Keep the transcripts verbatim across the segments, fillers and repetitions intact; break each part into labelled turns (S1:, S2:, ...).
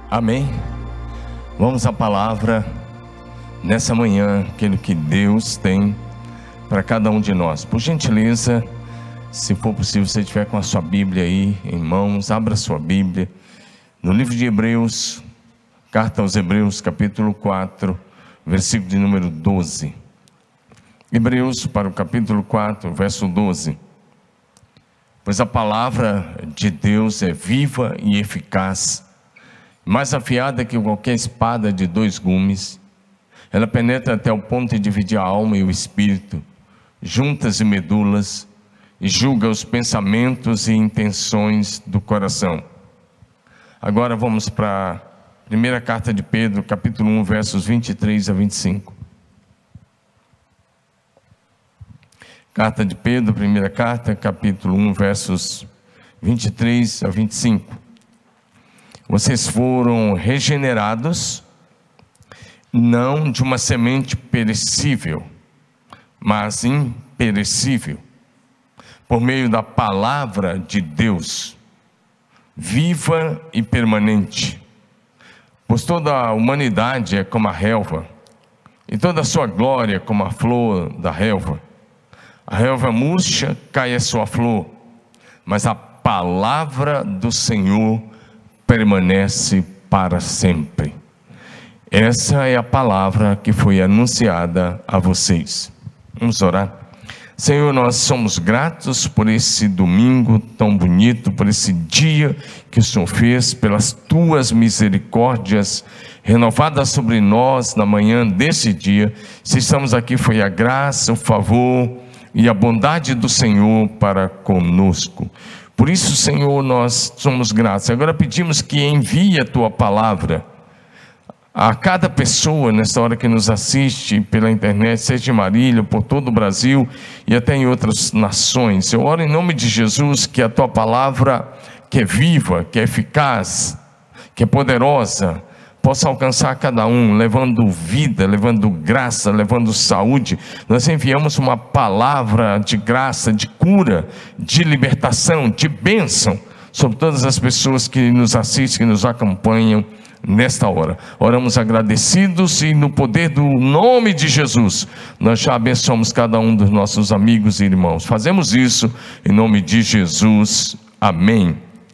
S1: Amém? Vamos à palavra nessa manhã, aquilo que Deus tem para cada um de nós. Por gentileza, se for possível, se você estiver com a sua Bíblia aí em mãos, abra a sua Bíblia no livro de Hebreus, carta aos Hebreus, capítulo quatro, versículo de número doze. Hebreus, para o capítulo quatro, verso doze. Pois a palavra de Deus é viva e eficaz, mais afiada que qualquer espada de dois gumes. Ela penetra até o ponto de dividir a alma e o espírito, juntas e medulas, e julga os pensamentos e intenções do coração. Agora vamos para a primeira carta de Pedro, capítulo um, versos vinte e três a vinte e cinco. Carta de Pedro, primeira carta, capítulo um, versos vinte e três a vinte e cinco. Vocês foram regenerados, não de uma semente perecível, mas imperecível, por meio da palavra de Deus, viva e permanente. Pois toda a humanidade é como a relva, e toda a sua glória como a flor da relva. A relva murcha, cai a sua flor, mas a palavra do Senhor permanece para sempre. Essa é a palavra que foi anunciada a vocês. Vamos orar. Senhor, nós somos gratos por esse domingo tão bonito, por esse dia que o Senhor fez, pelas tuas misericórdias renovadas sobre nós na manhã desse dia. Se estamos aqui, foi a graça, o favor e a bondade do Senhor para conosco. Por isso, Senhor, nós somos gratos. Agora pedimos que envie a tua palavra a cada pessoa nesta hora que nos assiste pela internet, seja em Marília, por todo o Brasil e até em outras nações. Eu oro em nome de Jesus que a tua palavra, que é viva, que é eficaz, que é poderosa, possa alcançar cada um, levando vida, levando graça, levando saúde. Nós enviamos uma palavra de graça, de cura, de libertação, de bênção sobre todas as pessoas que nos assistem, que nos acompanham nesta hora. Oramos agradecidos e no poder do nome de Jesus, nós já abençoamos cada um dos nossos amigos e irmãos. Fazemos isso em nome de Jesus. Amém.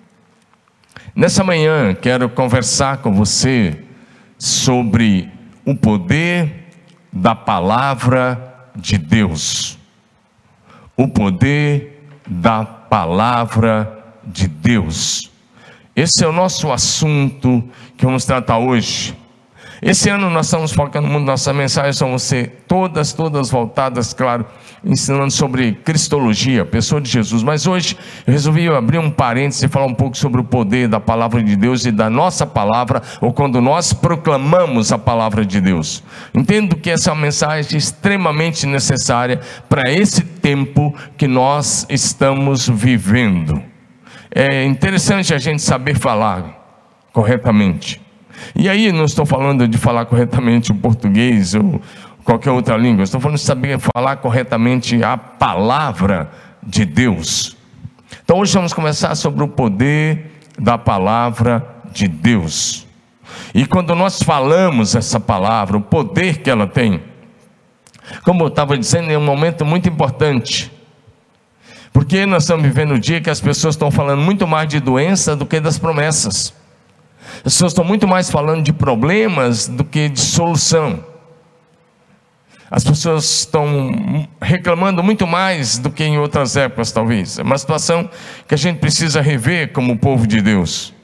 S1: Nessa manhã quero conversar com você sobre o poder da palavra de Deus. O poder da palavra de Deus. Esse é o nosso assunto que vamos tratar hoje. Esse ano nós estamos focando muito, nossa mensagem são você, todas, todas voltadas, claro, ensinando sobre cristologia, pessoa de Jesus. Mas hoje eu resolvi abrir um parênteses e falar um pouco sobre o poder da palavra de Deus e da nossa palavra, ou quando nós proclamamos a palavra de Deus. Entendo que essa é uma mensagem extremamente necessária para esse tempo que nós estamos vivendo. É interessante a gente saber falar corretamente. E aí não estou falando de falar corretamente o português ou qualquer outra língua. Estou falando de saber falar corretamente a palavra de Deus. Então hoje vamos conversar sobre o poder da palavra de Deus. E quando nós falamos essa palavra, o poder que ela tem, como eu estava dizendo, é um momento muito importante. Porque nós estamos vivendo um dia que as pessoas estão falando muito mais de doença do que das promessas. As pessoas estão muito mais falando de problemas do que de solução. As pessoas estão reclamando muito mais do que em outras épocas, talvez. É uma situação que a gente precisa rever como povo de Deus.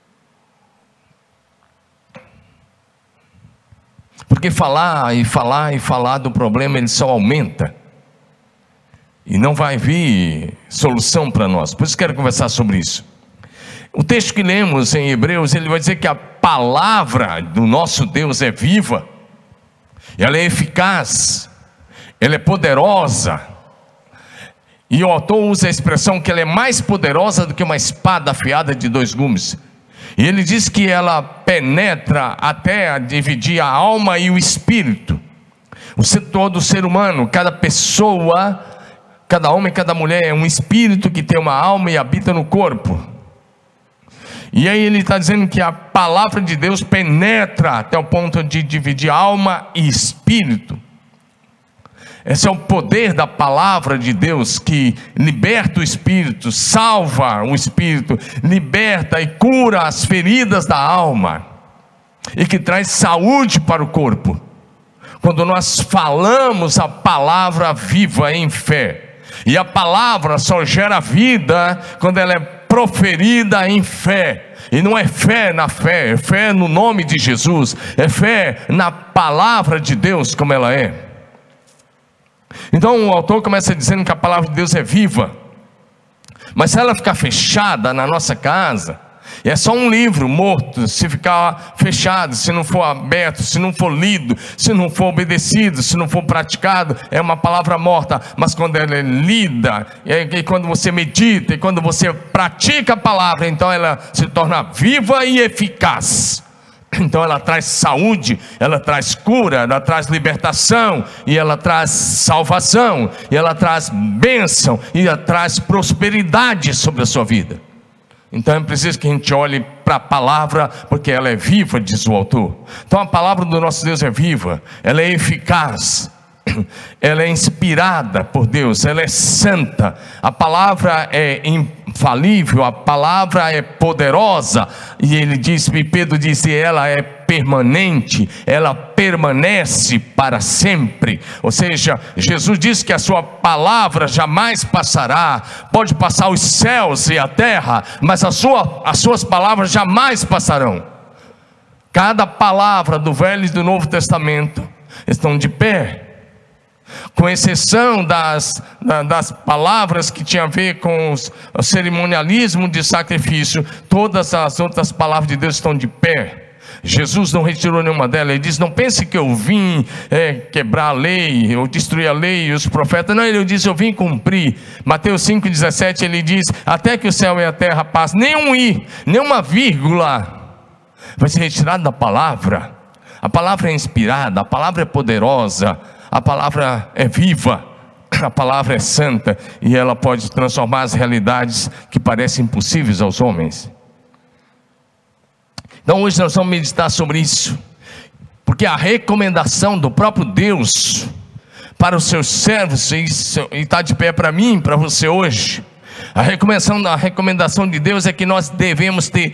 S1: Porque falar e falar e falar do problema, ele só aumenta. E não vai vir solução para nós. Por isso quero conversar sobre isso. O texto que lemos em Hebreus, ele vai dizer que a palavra do nosso Deus é viva, ela é eficaz, ela é poderosa. E o autor usa a expressão que ela é mais poderosa do que uma espada afiada de dois gumes. E ele diz que ela penetra até a dividir a alma e o espírito. O setor do ser humano, cada pessoa, cada homem, cada mulher é um espírito que tem uma alma e habita no corpo. E aí ele está dizendo que a palavra de Deus penetra até o ponto de dividir alma e espírito. Esse é o poder da palavra de Deus, que liberta o espírito, salva o espírito, liberta e cura as feridas da alma, e que traz saúde para o corpo. Quando nós falamos a palavra viva em fé, e a palavra só gera vida quando ela é proferida em fé. E não é fé na fé, é fé no nome de Jesus, é fé na palavra de Deus como ela é. Então o autor começa dizendo que a palavra de Deus é viva, mas se ela ficar fechada na nossa casa, é só um livro morto. Se ficar fechado, se não for aberto, se não for lido, se não for obedecido, se não for praticado, é uma palavra morta. Mas quando ela é lida, e quando você medita, e quando você pratica a palavra, então ela se torna viva e eficaz. Então ela traz saúde, ela traz cura, ela traz libertação, e ela traz salvação, e ela traz bênção, e ela traz prosperidade sobre a sua vida. Então é preciso que a gente olhe para a palavra, porque ela é viva, diz o autor. Então a palavra do nosso Deus é viva, ela é eficaz, ela é inspirada por Deus, ela é santa. A palavra é infalível, a palavra é poderosa. E ele diz, e Pedro diz, ela é permanente, ela permanece para sempre. Ou seja, Jesus diz que a sua palavra jamais passará. Pode passar os céus e a terra, mas a sua, as suas palavras jamais passarão. Cada palavra do Velho e do Novo Testamento estão de pé, com exceção das, das palavras que tinham a ver com os, o cerimonialismo de sacrifício. Todas as outras palavras de Deus estão de pé. Jesus não retirou nenhuma delas. Ele diz, não pense que eu vim é, quebrar a lei, ou destruir a lei e os profetas. Não, ele diz, eu vim cumprir. Mateus cinco, dezessete, ele diz, até que o céu e a terra passem, nenhum i, nenhuma vírgula vai ser retirado da palavra. A palavra é inspirada, a palavra é poderosa, a palavra é viva, a palavra é santa, e ela pode transformar as realidades que parecem impossíveis aos homens. Então hoje nós vamos meditar sobre isso, porque a recomendação do próprio Deus para os seus servos, e está de pé para mim, para você hoje. A recomendação, a recomendação de Deus é que nós devemos ter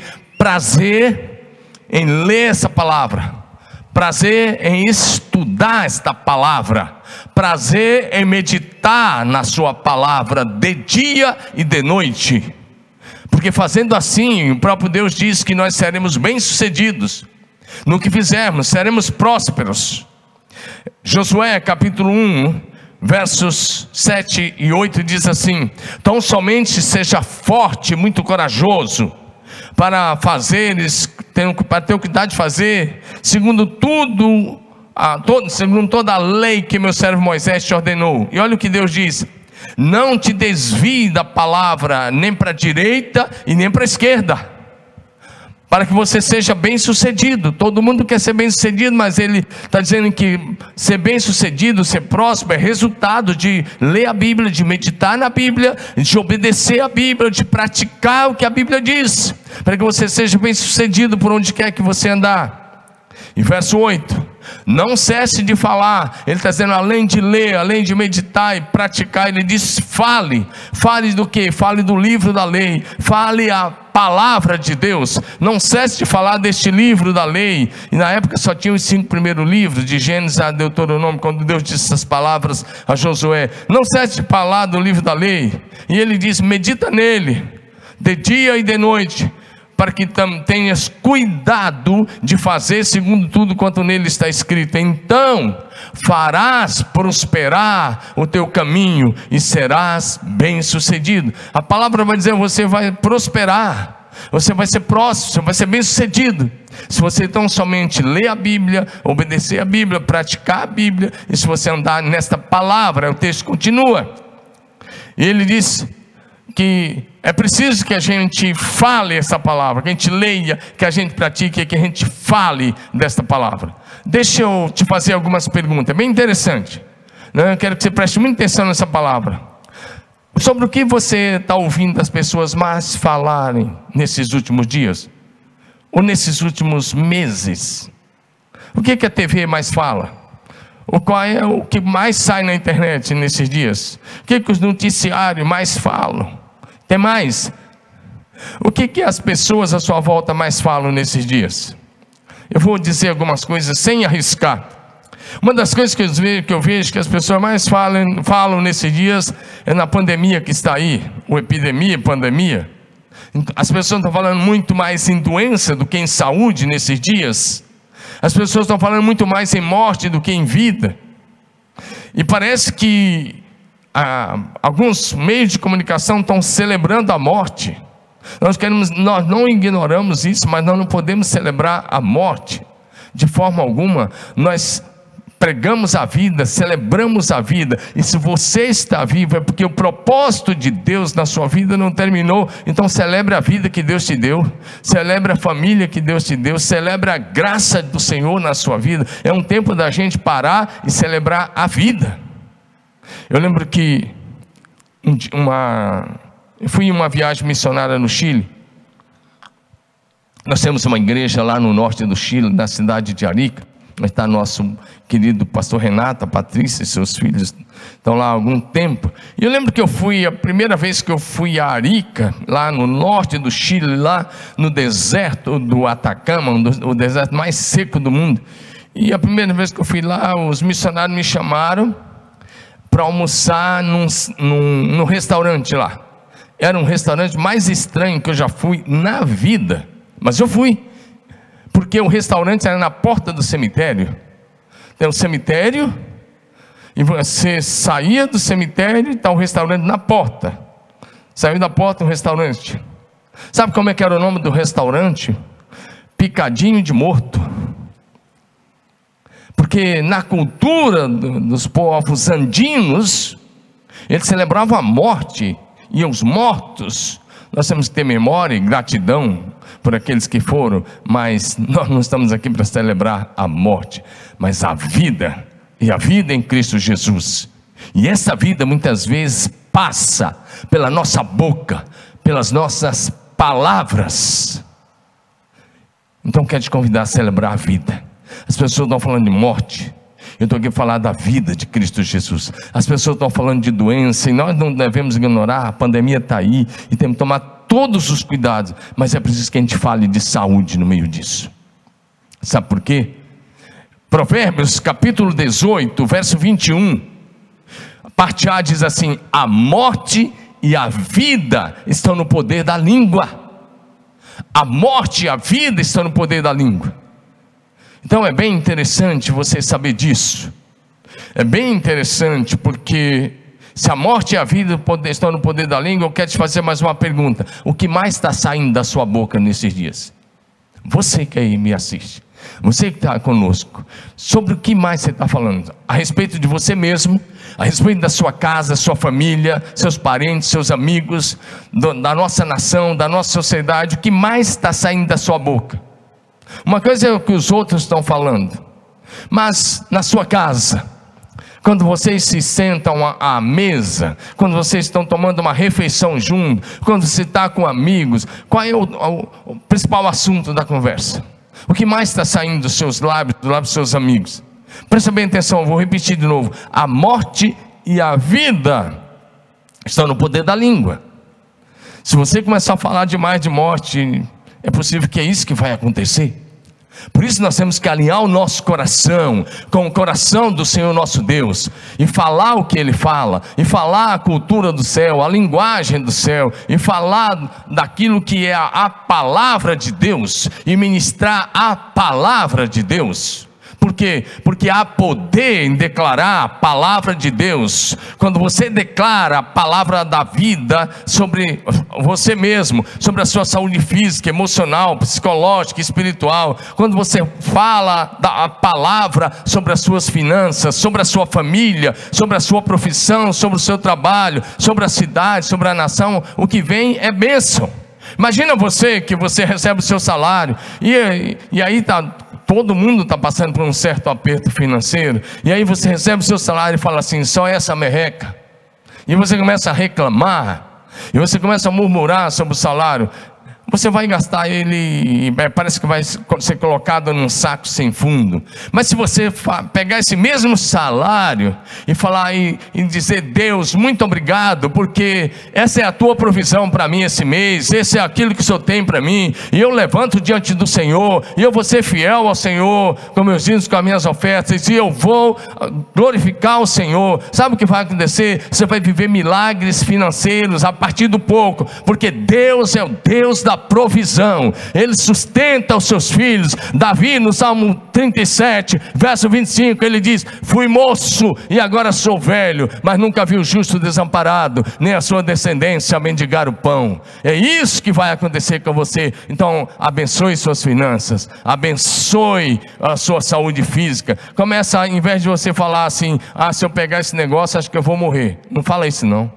S1: prazer em ler essa palavra, prazer em estudar esta palavra, prazer em meditar na sua palavra de dia e de noite, porque fazendo assim, o próprio Deus diz que nós seremos bem-sucedidos no que fizermos, seremos prósperos. Josué capítulo um, versos sete e oito diz assim: então somente seja forte, muito corajoso, para fazeres, para ter o cuidado de fazer, segundo tudo, a, todo, segundo toda a lei que meu servo Moisés te ordenou. E olha o que Deus diz: não te desvie da palavra, nem para a direita e nem para a esquerda, para que você seja bem sucedido. Todo mundo quer ser bem sucedido, mas ele está dizendo que ser bem sucedido, ser próspero, é resultado de ler a Bíblia, de meditar na Bíblia, de obedecer a Bíblia, de praticar o que a Bíblia diz, para que você seja bem sucedido por onde quer que você andar. E verso oito: não cesse de falar. Ele está dizendo, além de ler, além de meditar e praticar, ele diz, fale. Fale do que? Fale do livro da lei, fale a palavra de Deus. Não cesse de falar deste livro da lei. E na época só tinha os cinco primeiros livros, de Gênesis a Deuteronômio, quando Deus disse essas palavras a Josué. Não cesse de falar do livro da lei. E ele diz, medita nele de dia e de noite, para que tenhas cuidado de fazer segundo tudo quanto nele está escrito. Então farás prosperar o teu caminho e serás bem sucedido. A palavra vai dizer, você vai prosperar, você vai ser próspero, você vai ser bem sucedido, se você então somente ler a Bíblia, obedecer a Bíblia, praticar a Bíblia, e se você andar nesta palavra. O texto continua, e ele diz que é preciso que a gente fale essa palavra, que a gente leia, que a gente pratique, que a gente fale desta palavra. Deixa eu te fazer algumas perguntas, é bem interessante, né? Eu quero que você preste muita atenção nessa palavra. Sobre o que você está ouvindo as pessoas mais falarem nesses últimos dias? Ou nesses últimos meses? O que, que a T V mais fala? O qual é o que mais sai na internet nesses dias? O que, que os noticiários mais falam? Tem mais? O que, que as pessoas à sua volta mais falam nesses dias? Eu vou dizer algumas coisas sem arriscar. Uma das coisas que eu vejo que, eu vejo que as pessoas mais falam, falam nesses dias é na pandemia que está aí, ou epidemia, pandemia. As pessoas estão falando muito mais em doença do que em saúde nesses dias. As pessoas estão falando muito mais em morte do que em vida. E parece que ah, alguns meios de comunicação estão celebrando a morte. Nós, queremos, nós não ignoramos isso, mas nós não podemos celebrar a morte de forma alguma. Nós pregamos a vida, celebramos a vida, e se você está vivo é porque o propósito de Deus na sua vida não terminou. Então celebre a vida que Deus te deu, celebre a família que Deus te deu, celebre a graça do Senhor na sua vida. É um tempo da gente parar e celebrar a vida. Eu lembro que uma, eu fui em uma viagem missionária no Chile. Nós temos uma igreja lá no norte do Chile, na cidade de Arica. Está nosso querido pastor Renato, a Patrícia e seus filhos estão lá há algum tempo. E eu lembro que eu fui, a primeira vez que eu fui a Arica, lá no norte do Chile, lá no deserto do Atacama, o deserto mais seco do mundo. E a primeira vez que eu fui lá, os missionários me chamaram para almoçar num, num, num restaurante lá. Era um restaurante mais estranho que eu já fui na vida, mas eu fui. Porque o restaurante era na porta do cemitério. Tem um cemitério, e você saía do cemitério e está o restaurante na porta. Saiu da porta um restaurante. Sabe como é que era o nome do restaurante? Picadinho de Morto. Porque na cultura do, dos povos andinos, eles celebravam a morte, e os mortos, nós temos que ter memória e gratidão por aqueles que foram, mas nós não estamos aqui para celebrar a morte, mas a vida, e a vida em Cristo Jesus. E essa vida muitas vezes passa pela nossa boca, pelas nossas palavras. Então quero te convidar a celebrar a vida. As pessoas estão falando de morte, eu estou aqui a falar da vida de Cristo Jesus. As pessoas estão falando de doença, e nós não devemos ignorar. A pandemia está aí, e temos que tomar todos os cuidados, mas é preciso que a gente fale de saúde no meio disso. Sabe por quê? Provérbios capítulo dezoito, verso vinte e um, a parte A diz assim: a morte e a vida estão no poder da língua. A morte e a vida estão no poder da língua. Então é bem interessante você saber disso. É bem interessante, porque se a morte e a vida estão no poder da língua, eu quero te fazer mais uma pergunta: o que mais está saindo da sua boca nesses dias? Você que aí me assiste, você que está conosco, sobre o que mais você está falando? A respeito de você mesmo, a respeito da sua casa, sua família, seus parentes, seus amigos, do, da nossa nação, da nossa sociedade. O que mais está saindo da sua boca? Uma coisa é o que os outros estão falando, mas na sua casa, quando vocês se sentam à mesa, quando vocês estão tomando uma refeição junto, quando você está com amigos, qual é o, o, o principal assunto da conversa? O que mais está saindo dos seus lábios, dos lábios dos seus amigos? Presta bem atenção, eu vou repetir de novo: a morte e a vida estão no poder da língua. Se você começar a falar demais de morte, é possível que é isso que vai acontecer. Por isso nós temos que alinhar o nosso coração com o coração do Senhor nosso Deus, e falar o que Ele fala, e falar a cultura do céu, a linguagem do céu, e falar daquilo que é a, a palavra de Deus, e ministrar a palavra de Deus. Por quê? Porque há poder em declarar a palavra de Deus. Quando você declara a palavra da vida sobre você mesmo, sobre a sua saúde física, emocional, psicológica, espiritual, quando você fala da palavra sobre as suas finanças, sobre a sua família, sobre a sua profissão, sobre o seu trabalho, sobre a cidade, sobre a nação, o que vem é bênção. Imagina você que você recebe o seu salário, e, e aí está... todo mundo está passando por um certo aperto financeiro, e aí você recebe o seu salário e fala assim: só essa merreca. e você começa a reclamar, e você começa a murmurar sobre o salário, você vai gastar ele, parece que vai ser colocado num saco sem fundo. Mas se você pegar esse mesmo salário e falar e, e dizer: Deus, muito obrigado, porque essa é a tua provisão para mim esse mês, esse é aquilo que o Senhor tem para mim, e eu levanto diante do Senhor, e eu vou ser fiel ao Senhor com meus dízimos, com as minhas ofertas, e eu vou glorificar o Senhor. Sabe o que vai acontecer? Você vai viver milagres financeiros a partir do pouco, porque Deus é o Deus da provisão, Ele sustenta os seus filhos. Davi, no Salmo trinta e sete, verso vinte e cinco, ele diz: fui moço e agora sou velho, mas nunca vi o justo desamparado, nem a sua descendência a mendigar o pão. É isso que vai acontecer com você. Então abençoe suas finanças, abençoe a sua saúde física. Começa, ao invés de você falar assim: ah, se eu pegar esse negócio acho que eu vou morrer, não fala isso não.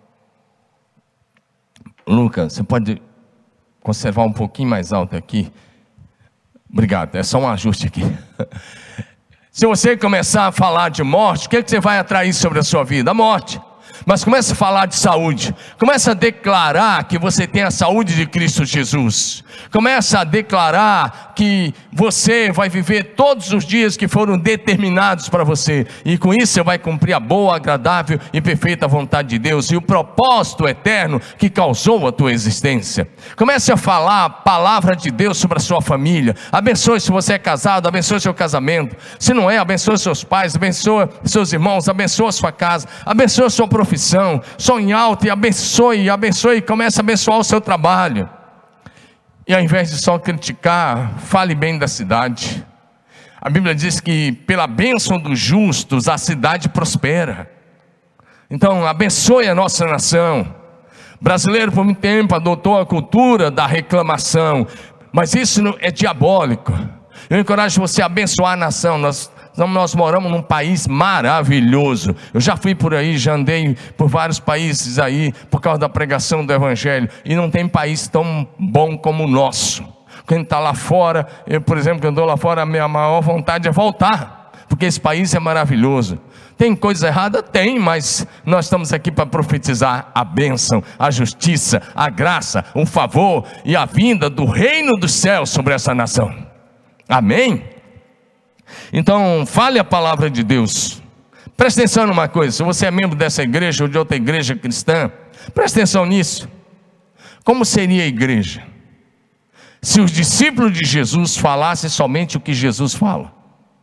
S1: Lucas, você pode conservar um pouquinho mais alto aqui? Obrigado, é só um ajuste aqui. Se você começar a falar de morte, o que, é que você vai atrair sobre a sua vida? A morte. Mas comece a falar de saúde, comece a declarar que você tem a saúde de Cristo Jesus, comece a declarar que você vai viver todos os dias que foram determinados para você, e com isso você vai cumprir a boa, agradável e perfeita vontade de Deus, e o propósito eterno que causou a tua existência. Comece a falar a palavra de Deus sobre a sua família. Abençoe se você é casado, abençoe seu casamento. Se não é, abençoe seus pais, abençoe seus irmãos, abençoe a sua casa, abençoe a sua profissão. Sonhe alto e abençoe, abençoe e comece a abençoar o seu trabalho. E ao invés de só criticar, fale bem da cidade. A Bíblia diz que pela bênção dos justos a cidade prospera. Então abençoe a nossa nação. O brasileiro por muito tempo adotou a cultura da reclamação, mas isso é diabólico. Eu encorajo você a abençoar a nação. Nós, nós moramos num país maravilhoso. Eu já fui por aí, já andei por vários países aí, por causa da pregação do Evangelho, e não tem país tão bom como o nosso. Quem está lá fora, eu por exemplo, que andou lá fora, a minha maior vontade é voltar, porque esse país é maravilhoso. Tem coisa errada? Tem, mas nós estamos aqui para profetizar a bênção, a justiça, a graça, o favor e a vinda do reino dos céus sobre essa nação. Amém? Então fale a palavra de Deus. Preste atenção numa coisa: se você é membro dessa igreja ou de outra igreja cristã, preste atenção nisso. Como seria a igreja se os discípulos de Jesus falassem somente o que Jesus fala?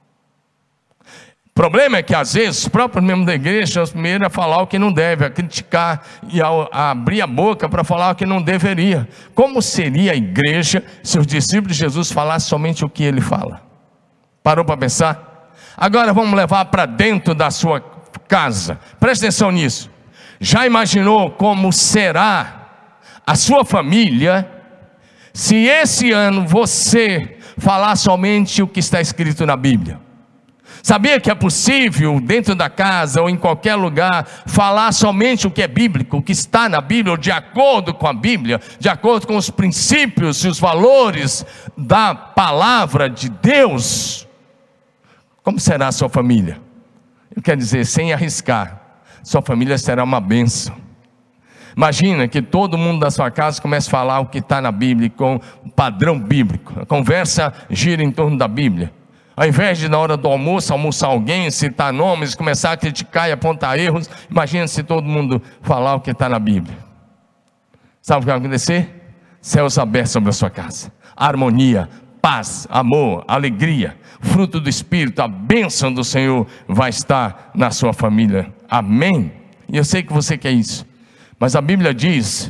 S1: O problema é que às vezes os próprios membros da igreja são os primeiros a falar o que não deve, a criticar e a, a abrir a boca para falar o que não deveria. Como seria a igreja se os discípulos de Jesus falassem somente o que ele fala? Parou para pensar? Agora vamos levar para dentro da sua casa. Preste atenção nisso. Já imaginou como será a sua família se esse ano você falar somente o que está escrito na Bíblia? Sabia que é possível dentro da casa ou em qualquer lugar falar somente o que é bíblico, o que está na Bíblia, ou de acordo com a Bíblia, de acordo com os princípios e os valores da palavra de Deus? Como será a sua família? Eu quero dizer, sem arriscar, sua família será uma bênção. Imagina que todo mundo da sua casa comece a falar o que está na Bíblia, com o padrão bíblico. A conversa gira em torno da Bíblia. Ao invés de na hora do almoço almoçar alguém, citar nomes, começar a criticar e apontar erros, imagina se todo mundo falar o que está na Bíblia. Sabe o que vai acontecer? Céus abertos sobre a sua casa, harmonia, paz, amor, alegria, fruto do Espírito, a bênção do Senhor vai estar na sua família. Amém? E eu sei que você quer isso, mas a Bíblia diz...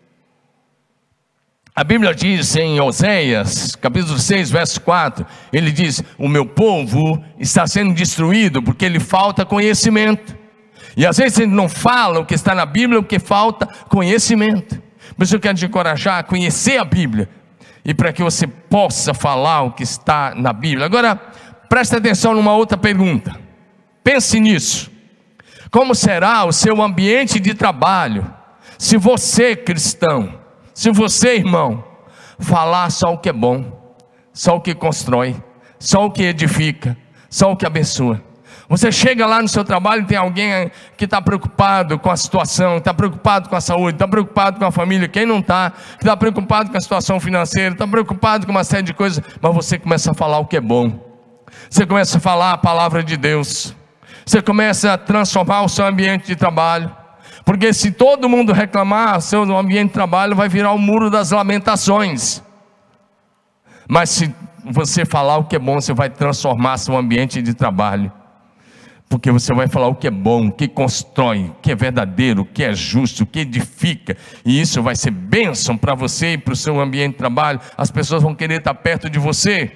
S1: A Bíblia diz em Oséias, capítulo seis, verso quatro, ele diz: o meu povo está sendo destruído porque lhe falta conhecimento. E às vezes ele não fala o que está na Bíblia, porque falta conhecimento. Por isso eu quero te encorajar a conhecer a Bíblia, e para que você possa falar o que está na Bíblia. Agora, preste atenção numa outra pergunta. Pense nisso. Como será o seu ambiente de trabalho se você, cristão, se você, irmão, falar só o que é bom, só o que constrói, só o que edifica, só o que abençoa? Você chega lá no seu trabalho e tem alguém que está preocupado com a situação, está preocupado com a saúde, está preocupado com a família. Quem não está, que está preocupado com a situação financeira, está preocupado com uma série de coisas, mas você começa a falar o que é bom. Você começa a falar a palavra de Deus. Você começa a transformar o seu ambiente de trabalho. Porque se todo mundo reclamar, seu ambiente de trabalho vai virar o muro das lamentações. Mas se você falar o que é bom, você vai transformar seu ambiente de trabalho. Porque você vai falar o que é bom, o que constrói, o que é verdadeiro, o que é justo, o que edifica. E isso vai ser bênção para você e para o seu ambiente de trabalho. As pessoas vão querer estar perto de você.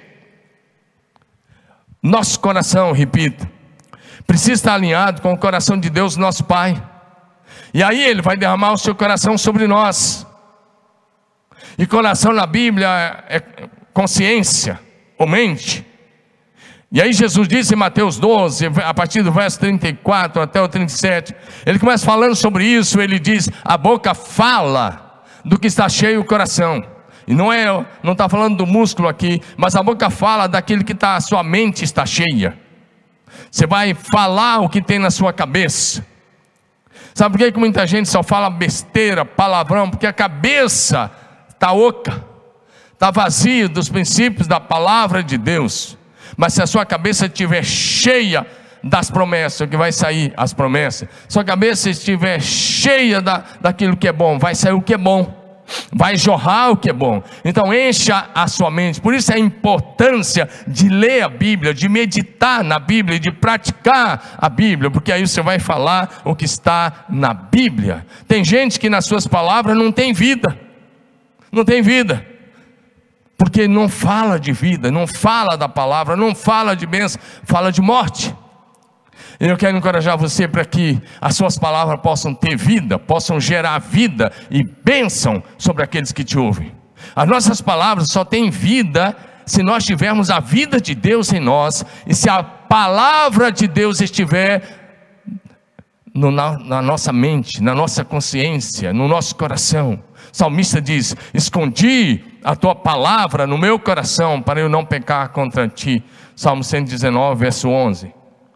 S1: Nosso coração, repito, precisa estar alinhado com o coração de Deus, nosso Pai. E aí Ele vai derramar o seu coração sobre nós. E coração na Bíblia é consciência ou mente. E aí Jesus disse em Mateus doze, a partir do verso trinta e quatro até o trinta e sete, Ele começa falando sobre isso. Ele diz: a boca fala do que está cheio o coração. E não é, não está falando do músculo aqui, mas a boca fala daquilo que está, a sua mente está cheia. Você vai falar o que tem na sua cabeça. Sabe por que que muita gente só fala besteira, palavrão? Porque a cabeça está oca, está vazia dos princípios da palavra de Deus. Mas se a sua cabeça estiver cheia das promessas, o que vai sair? As promessas. Sua cabeça estiver cheia da, daquilo que é bom, vai sair o que é bom. Vai jorrar o que é bom. Então encha a sua mente. Por isso a importância de ler a Bíblia, de meditar na Bíblia, de praticar a Bíblia, porque aí você vai falar o que está na Bíblia. Tem gente que nas suas palavras não tem vida. Não tem vida. Porque não fala de vida, não fala da palavra, não fala de bênção, fala de morte. E eu quero encorajar você para que as suas palavras possam ter vida, possam gerar vida e bênção sobre aqueles que te ouvem. As nossas palavras só têm vida se nós tivermos a vida de Deus em nós, e se a palavra de Deus estiver no, na, na nossa mente, na nossa consciência, no nosso coração. O salmista diz: escondi a tua palavra no meu coração para eu não pecar contra ti. Salmo cento e dezenove, verso onze.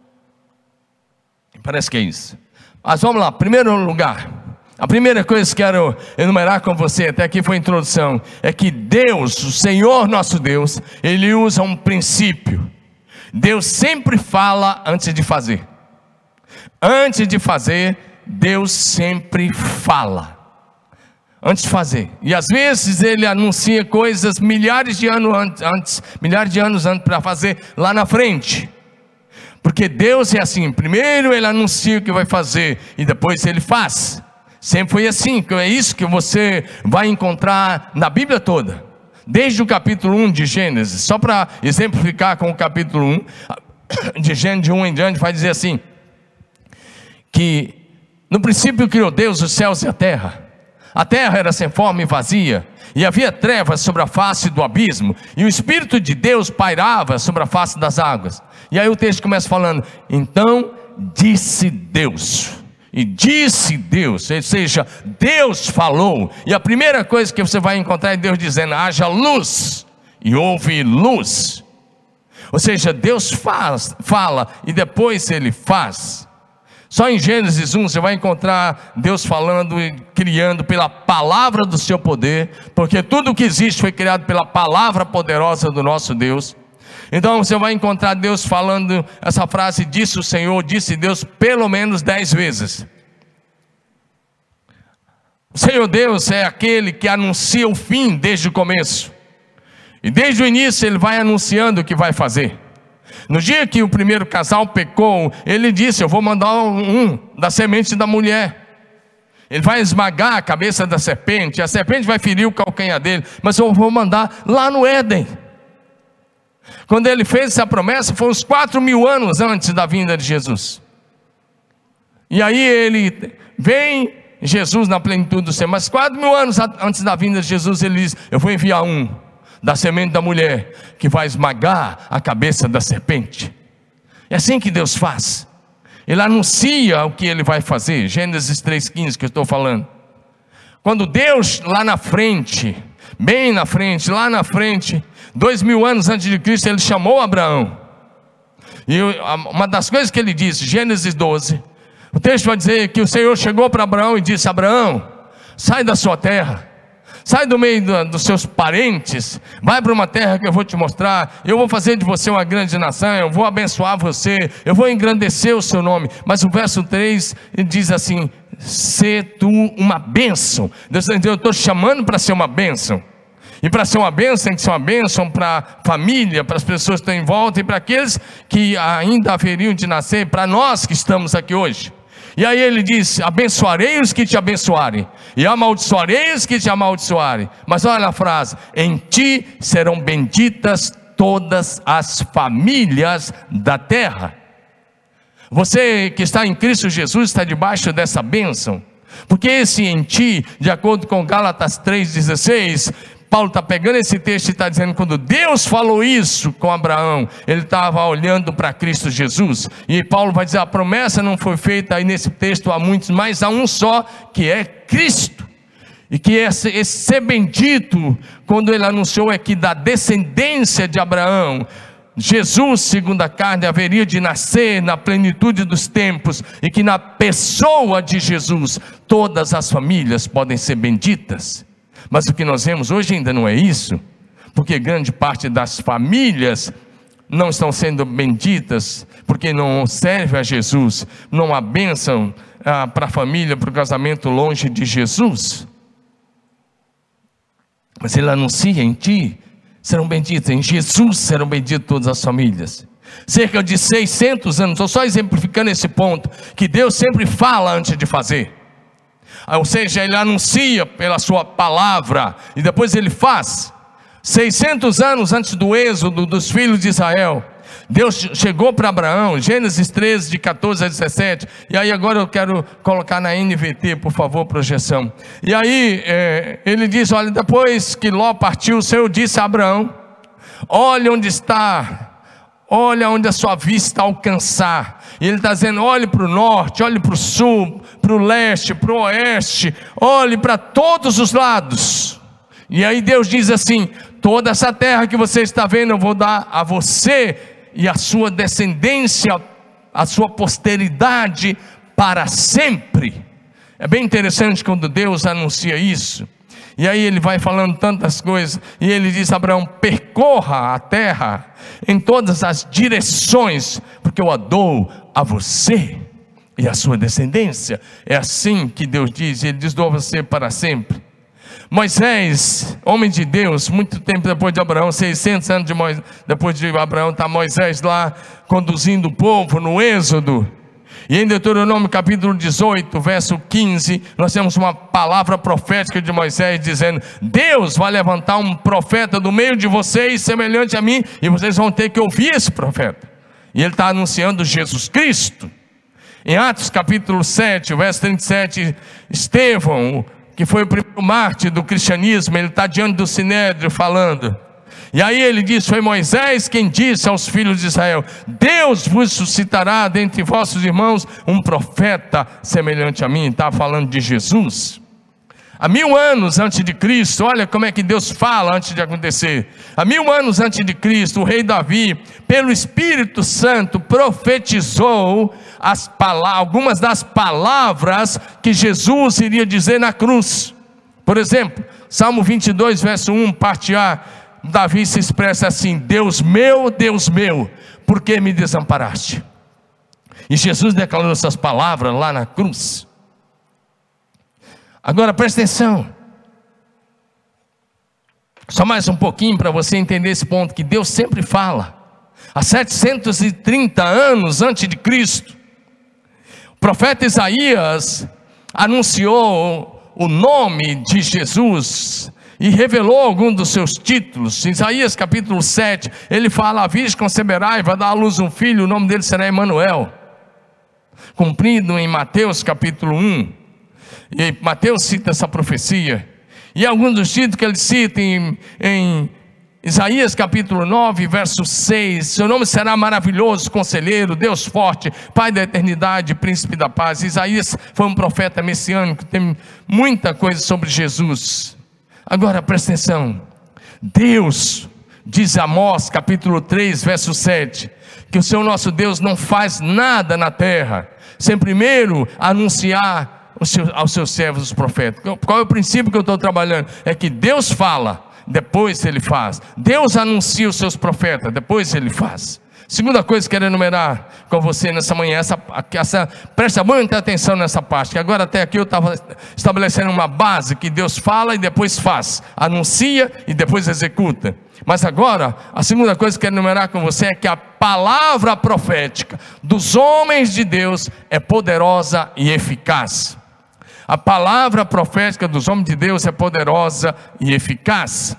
S1: Parece que é isso. Mas vamos lá, primeiro lugar, a primeira coisa que quero enumerar com você, até aqui foi a introdução, é que Deus, o Senhor nosso Deus, Ele usa um princípio. Deus sempre fala antes de fazer. Antes de fazer, Deus sempre fala. Antes de fazer. E às vezes Ele anuncia coisas milhares de anos antes, milhares de anos antes para fazer lá na frente. Porque Deus é assim, primeiro Ele anuncia o que vai fazer e depois Ele faz. Sempre foi assim, é isso que você vai encontrar na Bíblia toda. Desde o capítulo um de Gênesis, só para exemplificar com o capítulo um, de Gênesis um em diante, vai dizer assim, que no princípio criou Deus os céus e a terra. A terra era sem forma e vazia, e havia trevas sobre a face do abismo, e o Espírito de Deus pairava sobre a face das águas. E aí o texto começa falando: então disse Deus, e disse Deus, ou seja, Deus falou. E a primeira coisa que você vai encontrar é Deus dizendo: haja luz, e houve luz. Ou seja, Deus faz, fala, e depois Ele faz. Só em Gênesis um você vai encontrar Deus falando e criando pela palavra do seu poder, porque tudo que existe foi criado pela palavra poderosa do nosso Deus. Então você vai encontrar Deus falando essa frase: disse o Senhor, disse Deus, pelo menos dez vezes. O Senhor Deus é aquele que anuncia o fim desde o começo, e desde o início Ele vai anunciando o que vai fazer. No dia que o primeiro casal pecou, Ele disse: eu vou mandar um da semente da mulher. Ele vai esmagar a cabeça da serpente, a serpente vai ferir o calcanhar dele, mas eu vou mandar lá no Éden. Quando Ele fez essa promessa, foi uns quatro mil anos antes da vinda de Jesus. E aí Ele vem, Jesus na plenitude do céu, mas quatro mil anos antes da vinda de Jesus, Ele diz: eu vou enviar um da semente da mulher, que vai esmagar a cabeça da serpente. É assim que Deus faz. Ele anuncia o que Ele vai fazer. Gênesis três, quinze que eu estou falando. Quando Deus lá na frente, bem na frente, lá na frente, dois mil anos antes de Cristo, Ele chamou Abraão. E uma das coisas que ele disse, Gênesis doze, o texto vai dizer que o Senhor chegou para Abraão e disse: Abraão, sai da sua terra, sai do meio do, dos seus parentes, vai para uma terra que eu vou te mostrar, eu vou fazer de você uma grande nação, eu vou abençoar você, eu vou engrandecer o seu nome. Mas o verso três diz assim: sê tu uma bênção. Deus está dizendo: eu estou chamando para ser uma bênção. E para ser uma bênção, tem que ser uma bênção para a família, para as pessoas que estão em volta e para aqueles que ainda haveriam de nascer, para nós que estamos aqui hoje. E aí ele diz: abençoarei os que te abençoarem, e amaldiçoarei os que te amaldiçoarem. Mas olha a frase: em ti serão benditas todas as famílias da terra. Você que está em Cristo Jesus está debaixo dessa bênção, porque esse em ti, de acordo com Gálatas três dezesseis, Paulo está pegando esse texto e está dizendo: quando Deus falou isso com Abraão, ele estava olhando para Cristo Jesus. E Paulo vai dizer: a promessa não foi feita aí nesse texto a muitos, mas a um só, que é Cristo. E que esse, esse ser bendito, quando ele anunciou, é que da descendência de Abraão, Jesus, segundo a carne, haveria de nascer na plenitude dos tempos, e que na pessoa de Jesus todas as famílias podem ser benditas. Mas o que nós vemos hoje ainda não é isso, porque grande parte das famílias não estão sendo benditas, porque não servem a Jesus, não há bênção ah, para a família, para o casamento longe de Jesus. Mas ele anuncia: em ti serão benditas, em Jesus serão benditas todas as famílias. Cerca de seiscentos anos, estou só exemplificando esse ponto, que Deus sempre fala antes de fazer. Ou seja, ele anuncia pela sua palavra e depois ele faz. seiscentos anos antes do êxodo dos filhos de Israel, Deus chegou para Abraão, Gênesis treze, de quatorze a dezessete. E aí agora eu quero colocar na N V T, por favor, projeção. E aí é, ele diz: olha, depois que Ló partiu, o Senhor disse a Abraão: olha onde está, olha onde a sua vista alcançar. E ele está dizendo: olhe para o norte, olhe para o sul, para o leste, para o oeste, olhe para todos os lados. E aí Deus diz assim: toda essa terra que você está vendo, eu vou dar a você e a sua descendência, a sua posteridade para sempre. É bem interessante quando Deus anuncia isso. E aí ele vai falando tantas coisas, e ele diz a Abraão: percorra a terra em todas as direções, porque eu a dou a você e a sua descendência. É assim que Deus diz, ele diz: dou a você para sempre. Moisés, homem de Deus, muito tempo depois de Abraão, seiscentos anos de Moisés, depois de Abraão, está Moisés lá conduzindo o povo no êxodo. E em Deuteronômio capítulo dezoito, verso quinze, nós temos uma palavra profética de Moisés dizendo: Deus vai levantar um profeta do meio de vocês, semelhante a mim, e vocês vão ter que ouvir esse profeta. E ele está anunciando Jesus Cristo. Em Atos capítulo sete, verso trinta e sete, Estevão, que foi o primeiro mártir do cristianismo, ele está diante do Sinédrio falando. E aí ele diz: foi Moisés quem disse aos filhos de Israel: Deus vos suscitará dentre vossos irmãos um profeta semelhante a mim. Está falando de Jesus. Há mil anos antes de Cristo, olha como é que Deus fala antes de acontecer. Há mil anos antes de Cristo, o rei Davi, pelo Espírito Santo, profetizou as palavras, algumas das palavras que Jesus iria dizer na cruz. Por exemplo, Salmo vinte e dois, verso um, parte A, Davi se expressa assim: Deus meu, Deus meu, por que me desamparaste? E Jesus declarou essas palavras lá na cruz. Agora presta atenção, só mais um pouquinho para você entender esse ponto, que Deus sempre fala. Há setecentos e trinta anos antes de Cristo, o profeta Isaías anunciou o nome de Jesus e revelou algum dos seus títulos. Em Isaías capítulo sete, ele fala: a virgem conceberá e vai dar à luz um filho, o nome dele será Emanuel. Cumprido em Mateus capítulo um. E Mateus cita essa profecia. E alguns dos títulos que ele cita em, em Isaías capítulo nove, verso seis: seu nome será maravilhoso, conselheiro, Deus forte, Pai da eternidade, príncipe da paz. Isaías foi um profeta messiânico, tem muita coisa sobre Jesus. Agora presta atenção, Deus diz a Amós capítulo três, verso sete, que o Senhor nosso Deus não faz nada na terra sem primeiro anunciar aos seus, aos seus servos, os profetas. Qual é o princípio que eu estou trabalhando? É que Deus fala, depois Ele faz. Deus anuncia os seus profetas, depois Ele faz. Segunda coisa que eu quero enumerar com você nessa manhã, essa, essa, presta muita atenção nessa parte, que agora até aqui eu estava estabelecendo uma base, que Deus fala e depois faz, anuncia e depois executa. Mas agora, a segunda coisa que eu quero enumerar com você é que a palavra profética dos homens de Deus é poderosa e eficaz. A palavra profética dos homens de Deus é poderosa e eficaz.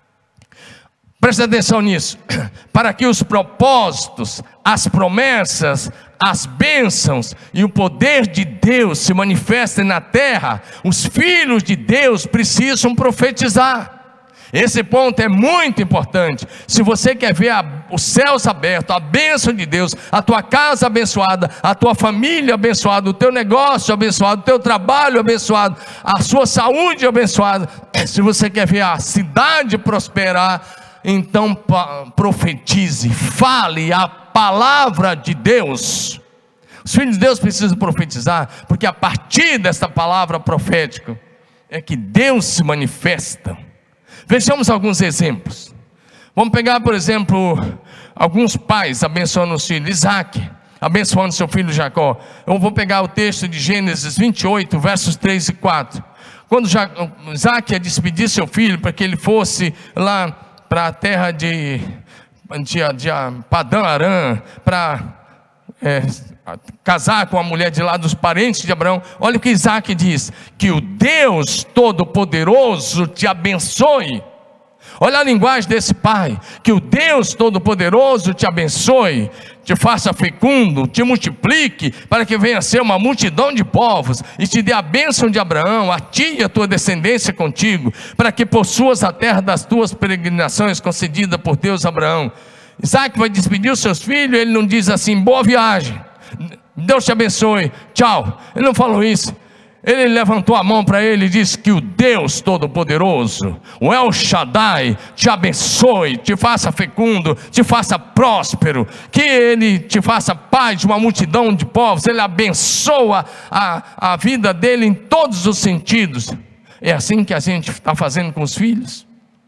S1: Presta atenção nisso, para que os propósitos, as promessas, as bênçãos e o poder de Deus se manifestem na terra, os filhos de Deus precisam profetizar. Esse ponto é muito importante. Se você quer ver a, os céus abertos, a bênção de Deus, a tua casa abençoada, a tua família abençoada, o teu negócio abençoado, o teu trabalho abençoado, a sua saúde abençoada, se você quer ver a cidade prosperar, então profetize, fale a palavra de Deus. Os filhos de Deus precisam profetizar, porque a partir desta palavra profética é que Deus se manifesta. Vejamos alguns exemplos. Vamos pegar, por exemplo, alguns pais abençoando os filhos. Isaac abençoando seu filho Jacó. Eu vou pegar o texto de Gênesis vinte e oito, versos três e quatro. Quando Isaac ia despedir seu filho para que ele fosse lá para a terra de, de, de Padã Arã, para é, casar com a mulher de lá dos parentes de Abraão, olha o que Isaac diz: que o Deus Todo-Poderoso te abençoe. Olha a linguagem desse pai: que o Deus Todo-Poderoso te abençoe, te faça fecundo, te multiplique, para que venha a ser uma multidão de povos, e te dê a bênção de Abraão, a ti e a tua descendência contigo, para que possuas a terra das tuas peregrinações, concedida por Deus a Abraão. Isaac vai despedir os seus filhos, ele não diz assim: boa viagem, Deus te abençoe, tchau. Ele não falou isso. Ele levantou a mão para ele e disse: que o Deus Todo-Poderoso, o El Shaddai, te abençoe, te faça fecundo, te faça próspero, que Ele te faça pai de uma multidão de povos. Ele abençoa a, a vida dele em todos os sentidos. É assim que a gente está fazendo com os filhos.